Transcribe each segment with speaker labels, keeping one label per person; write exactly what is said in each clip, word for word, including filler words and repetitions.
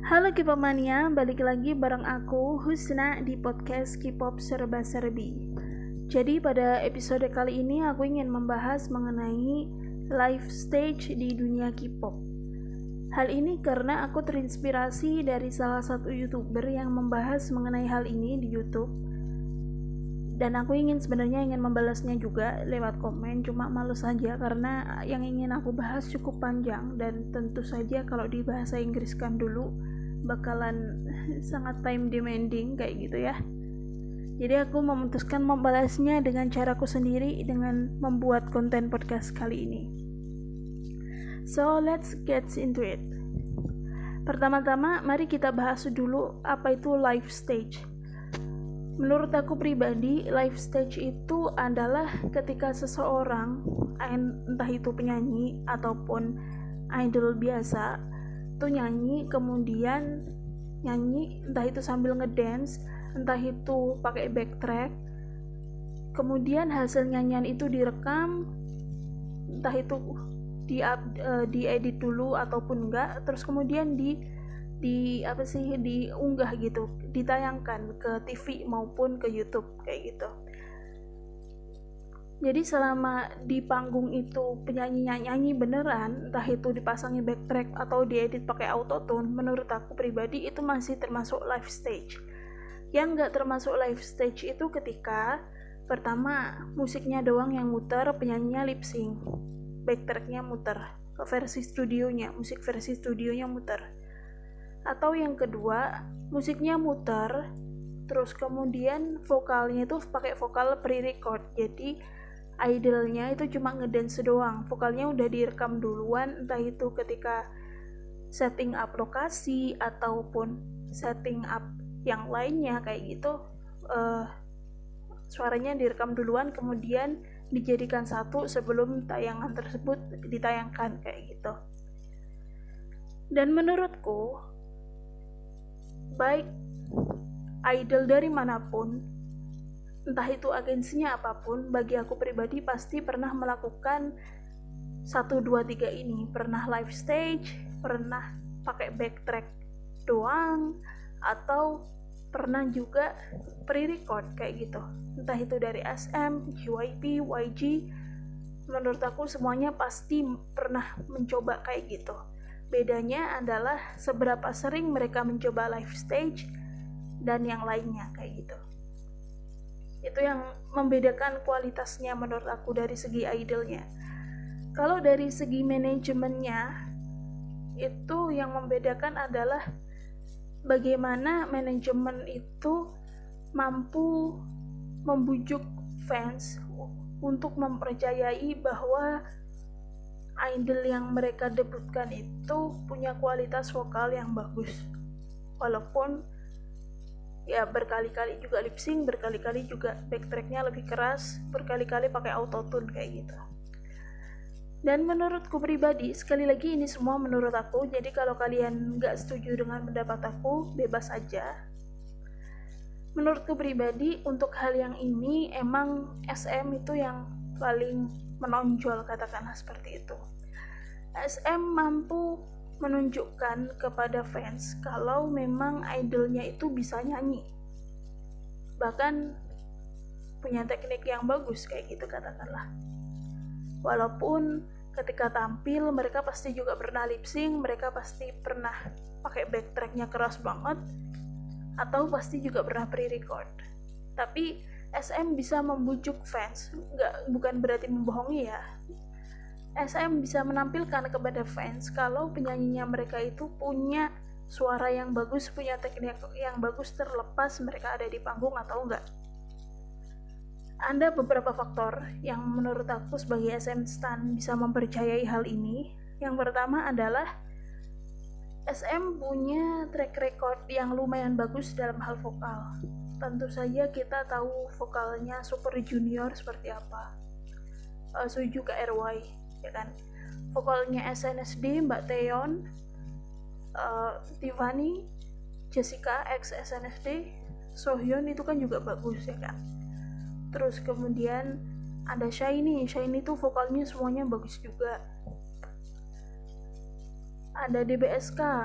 Speaker 1: Halo K-pop mania, balik lagi bareng aku Husna di podcast K-pop Serba Serbi. Jadi pada episode kali ini aku ingin membahas mengenai live stage di dunia K-pop. Hal ini karena aku terinspirasi dari salah satu YouTuber yang membahas mengenai hal ini di YouTube. Dan aku ingin sebenarnya ingin membalasnya juga lewat komen, cuma malu saja karena yang ingin aku bahas cukup panjang dan tentu saja kalau di bahasa Inggriskan dulu bakalan sangat time demanding kayak gitu ya. Jadi aku memutuskan membalasnya dengan caraku sendiri dengan membuat konten podcast kali ini. So let's get into it. Pertama-tama mari kita bahas dulu apa itu live stage. Menurut aku pribadi, live stage itu adalah ketika seseorang, entah itu penyanyi ataupun idol biasa, tuh nyanyi kemudian nyanyi entah itu sambil ngedance, entah itu pakai backtrack, kemudian hasil nyanyian itu direkam, entah itu di uh, diedit dulu ataupun enggak, terus kemudian di di apa sih diunggah gitu, ditayangkan ke T V maupun ke YouTube kayak gitu. Jadi selama di panggung itu penyanyi nyanyi beneran, entah itu dipasangi backtrack atau diedit pakai autotune, menurut aku pribadi itu masih termasuk live stage. Yang nggak termasuk live stage itu ketika pertama musiknya doang yang muter, penyanyinya lip sync, backtracknya muter ke versi studionya, musik versi studionya muter. Atau yang kedua, musiknya muter, terus kemudian vokalnya itu pakai vokal pre-record. Jadi idolnya itu cuma ngedance doang, vokalnya udah direkam duluan, entah itu ketika setting up lokasi ataupun setting up yang lainnya kayak gitu. Uh, suaranya direkam duluan, kemudian dijadikan satu sebelum tayangan tersebut ditayangkan kayak gitu. Dan menurutku baik idol dari manapun, entah itu agensinya apapun, bagi aku pribadi pasti pernah melakukan satu, dua, tiga ini. Pernah live stage, pernah pakai backtrack doang, atau pernah juga pre-record kayak gitu. Entah itu dari S M, J Y P, Y G, menurut aku semuanya pasti pernah mencoba kayak gitu. Bedanya adalah seberapa sering mereka mencoba live stage dan yang lainnya kayak gitu. Itu yang membedakan kualitasnya menurut aku dari segi idolnya. Kalau dari segi manajemennya, itu yang membedakan adalah bagaimana manajemen itu mampu membujuk fans untuk mempercayai bahwa idol yang mereka debutkan itu punya kualitas vokal yang bagus, walaupun ya berkali-kali juga lip sync, berkali-kali juga backtracknya lebih keras, berkali-kali pakai autotune kayak gitu. Dan menurutku pribadi, sekali lagi ini semua menurut aku, jadi kalau kalian gak setuju dengan pendapat aku, bebas aja. Menurutku pribadi, untuk hal yang ini emang S M itu yang paling menonjol, katakanlah seperti itu. S M mampu menunjukkan kepada fans kalau memang idolnya itu bisa nyanyi, bahkan punya teknik yang bagus kayak gitu katakanlah. Walaupun ketika tampil mereka pasti juga pernah lip sync, mereka pasti pernah pakai backtracknya keras banget, atau pasti juga pernah pre-record. Tapi S M bisa membujuk fans, nggak, bukan berarti membohongi ya. S M bisa menampilkan kepada fans kalau penyanyinya mereka itu punya suara yang bagus, punya teknik yang bagus, terlepas mereka ada di panggung atau enggak. Ada beberapa faktor yang menurut aku sebagai S M stan bisa mempercayai hal ini. Yang pertama adalah S M punya track record yang lumayan bagus dalam hal vokal. Tentu saja kita tahu vokalnya Super Junior seperti apa, uh, Suju K R Y, ya kan. Vokalnya S N S D, Mbak Taeyeon, uh, Tiffany, Jessica X S N S D, Sohyun itu kan juga bagus ya kan. Terus kemudian ada Shiny, Shiny itu vokalnya semuanya bagus juga. Ada D B S K,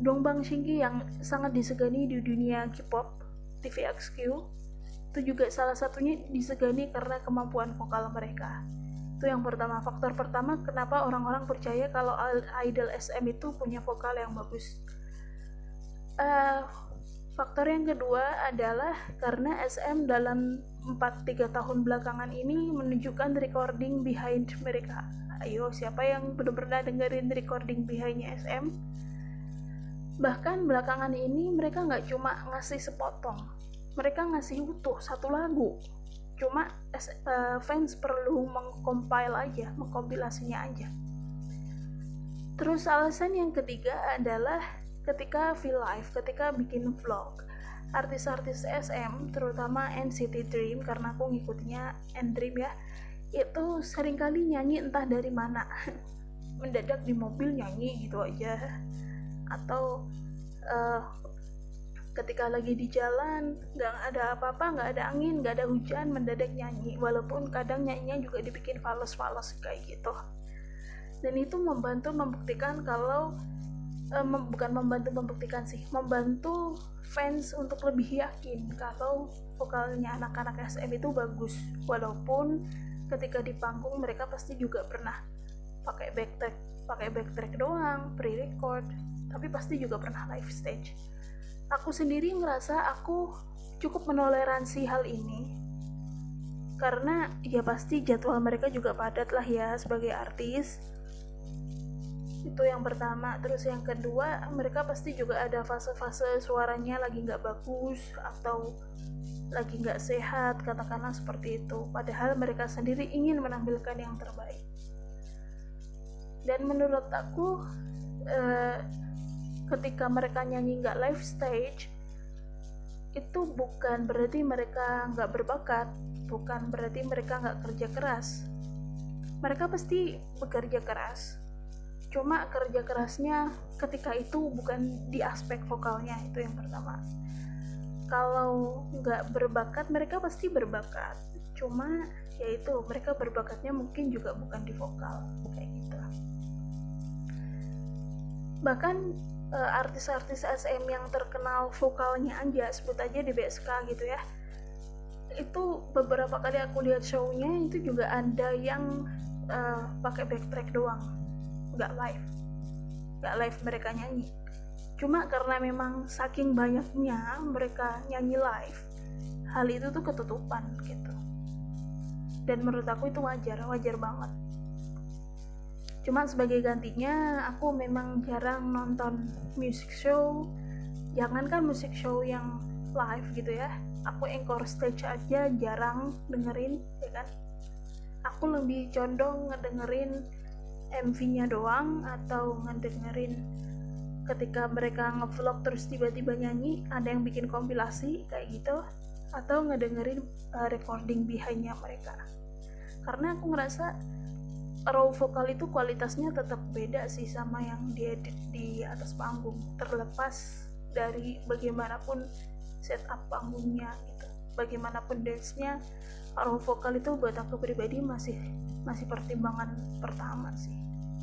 Speaker 1: Dongbang Shinki yang sangat disegani di dunia K-pop, T V X Q, itu juga salah satunya disegani karena kemampuan vokal mereka. Itu yang pertama, faktor pertama kenapa orang-orang percaya kalau idol S M itu punya vokal yang bagus. Uh, faktor yang kedua adalah karena S M dalam empat tiga tahun belakangan ini menunjukkan recording behind mereka. Ayo, siapa yang belum pernah dengerin recording behindnya S M? Bahkan belakangan ini mereka nggak cuma ngasih sepotong, mereka ngasih utuh satu lagu. Cuma uh, fans perlu mengcompile aja, mengkompilasinya aja. Terus alasan yang ketiga adalah ketika V-Live, ketika bikin vlog, artis-artis S M, terutama N C T Dream, karena aku ngikutnya N-Dream ya, itu seringkali nyanyi entah dari mana. Mendadak di mobil nyanyi gitu aja. Atau uh, ketika lagi di jalan nggak ada apa-apa, nggak ada angin, nggak ada hujan, mendadak nyanyi, walaupun kadang nyanyinya juga dibikin fals-fals kayak gitu. Dan itu membantu membuktikan kalau uh, mem- bukan membantu membuktikan sih membantu fans untuk lebih yakin kalau vokalnya anak-anak S M itu bagus, walaupun ketika di panggung mereka pasti juga pernah pakai backtrack pakai backtrack doang, pre-record, tapi pasti juga pernah live stage. Aku sendiri ngerasa aku cukup menoleransi hal ini karena ya pasti jadwal mereka juga padat lah ya sebagai artis. Itu yang pertama. Terus yang kedua, mereka pasti juga ada fase-fase suaranya lagi nggak bagus atau lagi nggak sehat, katakanlah seperti itu, padahal mereka sendiri ingin menampilkan yang terbaik. Dan menurut aku eh, ketika mereka nyanyi nggak live stage, itu bukan berarti mereka nggak berbakat, bukan berarti mereka nggak kerja keras. Mereka pasti bekerja keras, cuma kerja kerasnya ketika itu bukan di aspek vokalnya. Itu yang pertama. Kalau nggak berbakat, mereka pasti berbakat, cuma yaitu mereka berbakatnya mungkin juga bukan di vokal kayak gitu. Bahkan uh, artis-artis S M yang terkenal vokalnya aja, sebut aja di B S K gitu ya, itu beberapa kali aku lihat show-nya itu juga ada yang uh, pakai backtrack doang, nggak live nggak live mereka nyanyi. Cuma karena memang saking banyaknya mereka nyanyi live, hal itu tuh ketutupan gitu. Dan menurut aku itu wajar, wajar banget. Cuma sebagai gantinya, aku memang jarang nonton music show. Jangankan music show yang live gitu ya, aku encore stage aja jarang dengerin, ya kan. Aku lebih condong ngedengerin M V-nya doang, atau ngedengerin ketika mereka nge-vlog terus tiba-tiba nyanyi, ada yang bikin kompilasi kayak gitu, atau ngedengerin uh, recording behind-nya mereka. Karena aku ngerasa raw vokal itu kualitasnya tetap beda sih sama yang diedit di atas panggung, terlepas dari bagaimanapun setup panggungnya gitu, bagaimanapun dance-nya, raw vokal itu buat aku pribadi masih masih pertimbangan pertama sih.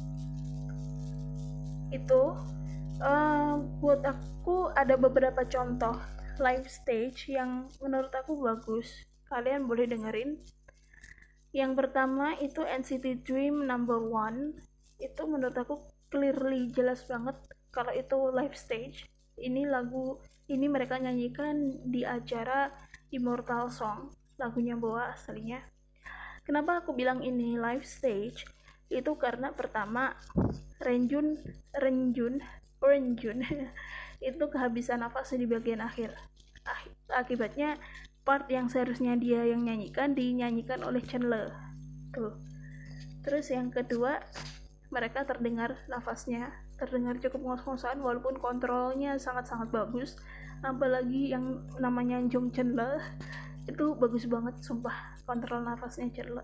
Speaker 1: Itu uh, buat aku ada beberapa contoh live stage yang menurut aku bagus, kalian boleh dengerin. Yang pertama itu N C T Dream Number One. Itu menurut aku clearly jelas banget kalau itu live stage. Ini lagu ini mereka nyanyikan di acara Immortal Song, lagunya Boa aslinya. Kenapa aku bilang ini live stage? Itu karena pertama Renjun Renjun Renjun itu kehabisan nafas di bagian akhir. Akibatnya part yang seharusnya dia yang nyanyikan dinyanyikan oleh Chenle tuh. Terus yang kedua, mereka terdengar nafasnya terdengar cukup ngos-ngosan walaupun kontrolnya sangat-sangat bagus, apalagi yang namanya Jong Chenle itu bagus banget sumpah, kontrol nafasnya Chenle.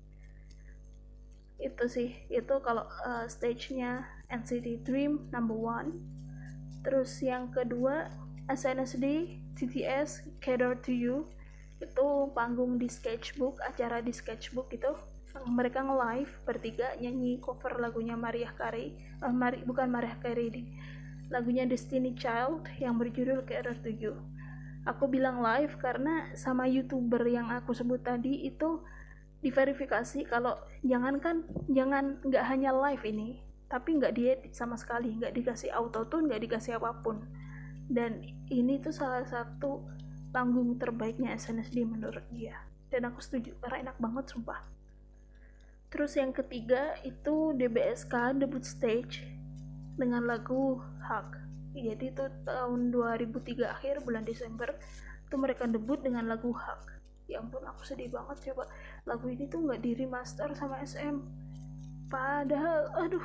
Speaker 1: Itu sih, itu kalau uh, stage-nya N C T Dream Number One. Terus yang kedua S N S D T T S Cater to You, itu panggung di Sketchbook, acara di Sketchbook itu mereka nge-live bertiga nyanyi cover lagunya Mariah Carey, uh, Mari, bukan Mariah Carey, lagunya Destiny Child yang berjudul K R R tujuh. Aku bilang live karena sama YouTuber yang aku sebut tadi itu diverifikasi kalau jangankan jangan nggak hanya live ini, tapi nggak diedit sama sekali, nggak dikasih autotune, nggak dikasih apapun. Dan ini tuh salah satu panggung terbaiknya S N S D menurut dia, dan aku setuju karena enak banget sumpah. Terus yang ketiga itu D B S K debut stage dengan lagu Hug. Jadi itu tahun dua ribu tiga akhir bulan Desember itu mereka debut dengan lagu Hug. Ya ampun, aku sedih banget coba. Lagu ini tuh nggak di remaster sama S M. Padahal aduh,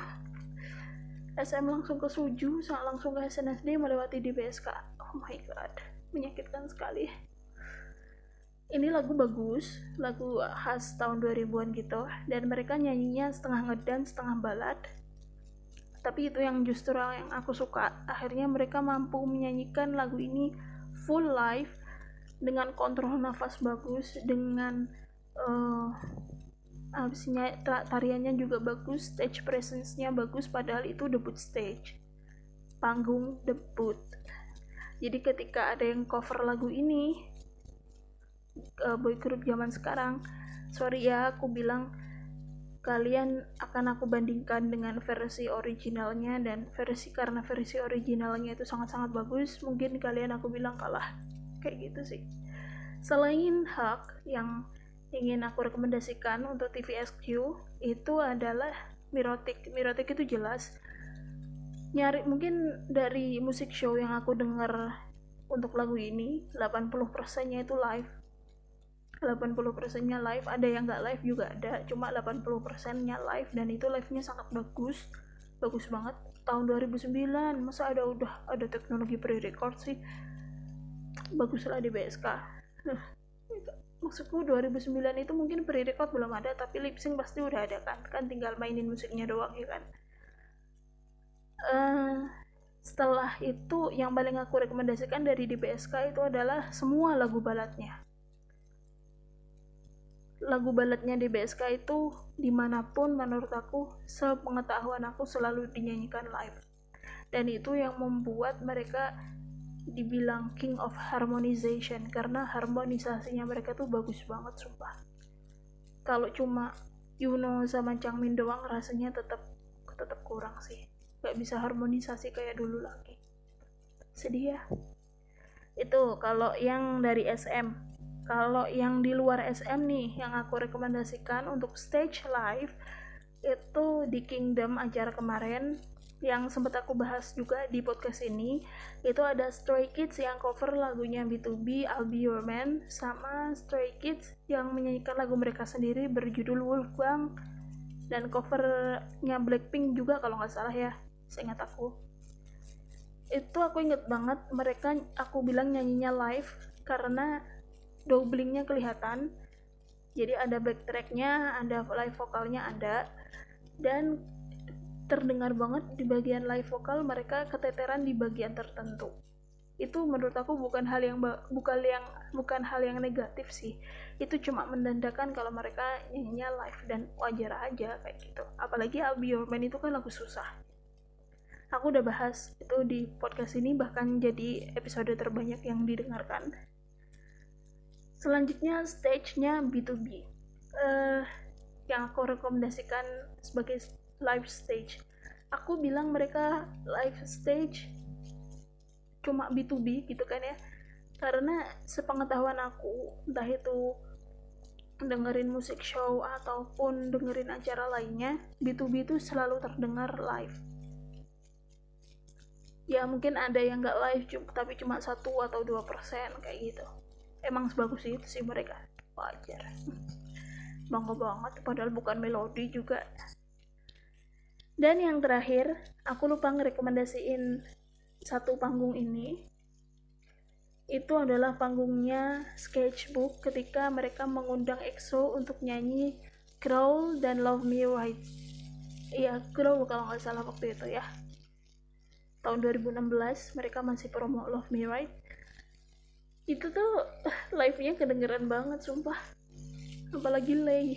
Speaker 1: S M langsung ke Suju, langsung ke S N S D melewati D B S K. Oh my god, menyakitkan sekali. Ini lagu bagus, lagu khas tahun dua ribuan gitu, dan mereka nyanyinya setengah ngedance, setengah balad. Tapi itu yang justru yang aku suka. Akhirnya mereka mampu menyanyikan lagu ini full live dengan kontrol nafas bagus, dengan uh, abisnya tariannya juga bagus, stage presence-nya bagus, padahal itu debut stage, panggung debut. Jadi ketika ada yang cover lagu ini, uh, boy group zaman sekarang, sorry ya aku bilang, kalian akan aku bandingkan dengan versi originalnya, dan versi karena versi originalnya itu sangat-sangat bagus, mungkin kalian aku bilang kalah, kayak gitu sih. Selain Hug, yang ingin aku rekomendasikan untuk T V S Q itu adalah Mirotic. Mirotic itu jelas nyari, mungkin dari musik show yang aku dengar untuk lagu ini delapan puluh persennya itu live, delapan puluh persennya live, ada yang nggak live juga ada, cuma delapan puluh persennya live, dan itu live-nya sangat bagus, bagus banget. Tahun dua ribu sembilan, masa ada udah ada teknologi pre-record sih, baguslah D B S K. Maksudku dua ribu sembilan itu mungkin pre-record belum ada, tapi lip sync pasti udah ada kan, kan tinggal mainin musiknya doang ya kan. Uh, setelah itu yang paling aku rekomendasikan dari D B S K itu adalah semua lagu baladnya. Lagu baladnya D B S K itu dimanapun menurut aku, sepengetahuan aku, selalu dinyanyikan live, dan itu yang membuat mereka dibilang king of harmonization, karena harmonisasinya mereka tuh bagus banget sumpah. Kalau cuma Yuno sama Changmin doang rasanya tetap tetap kurang sih, gak bisa harmonisasi kayak dulu lagi, sedih ya. Itu kalau yang dari S M. Kalau yang di luar S M nih, yang aku rekomendasikan untuk stage live itu di Kingdom acara kemarin yang sempat aku bahas juga di podcast ini. Itu ada Stray Kids yang cover lagunya B two B, I'll Be Your Man, sama Stray Kids yang menyanyikan lagu mereka sendiri berjudul Wolfgang, dan covernya Blackpink juga kalau nggak salah ya, seingat aku. Itu aku inget banget mereka, aku bilang nyanyinya live karena doublingnya kelihatan, jadi ada backtracknya, ada live vokalnya ada, dan terdengar banget di bagian live vokal mereka keteteran di bagian tertentu. Itu menurut aku bukan hal yang bukan yang bukan hal yang negatif sih, itu cuma menandakan kalau mereka nyanyinya live, dan wajar aja kayak gitu. Apalagi I'll Be Your Man itu kan lagu susah. Aku udah bahas itu di podcast ini, bahkan jadi episode terbanyak yang didengarkan. Selanjutnya stage-nya B two B, uh, yang aku rekomendasikan sebagai live stage. Aku bilang mereka live stage cuma B two B gitu kan ya, karena sepengetahuan aku, entah itu dengerin musik show ataupun dengerin acara lainnya, B two B itu selalu terdengar live. Ya mungkin ada yang nggak live tapi cuma satu atau dua persen kayak gitu. Emang sebagus itu sih mereka, wajar. Bangga banget, padahal bukan melodi juga. Dan yang terakhir, aku lupa ngerekomendasiin satu panggung ini. Itu adalah panggungnya Sketchbook ketika mereka mengundang E X O untuk nyanyi Growl dan Love Me Right. Iya, Growl kalau nggak salah waktu itu ya. Tahun dua ribu enam belas mereka masih promo Love Me Right. Itu tuh live-nya kedengeran banget sumpah, apalagi Lay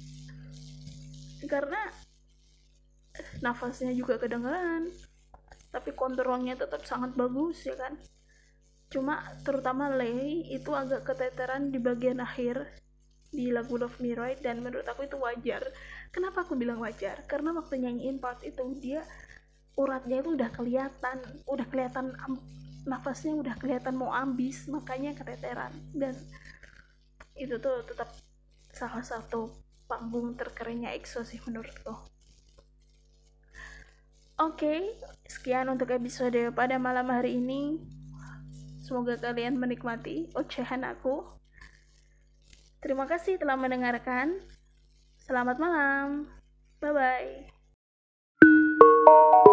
Speaker 1: karena nafasnya juga kedengeran, tapi konturnya tetap sangat bagus ya kan. Cuma terutama Lay itu agak keteteran di bagian akhir di lagu Love Me Right, dan menurut aku itu wajar. Kenapa aku bilang wajar? Karena waktu nyanyiin part itu dia uratnya itu udah kelihatan, udah kelihatan nafasnya udah kelihatan mau habis, makanya keteteran. Dan itu tuh tetap salah satu panggung terkerennya EXO sih menurutku. Oke, okay, sekian untuk episode pada malam hari ini. Semoga kalian menikmati ocehan aku. Terima kasih telah mendengarkan. Selamat malam. Bye-bye.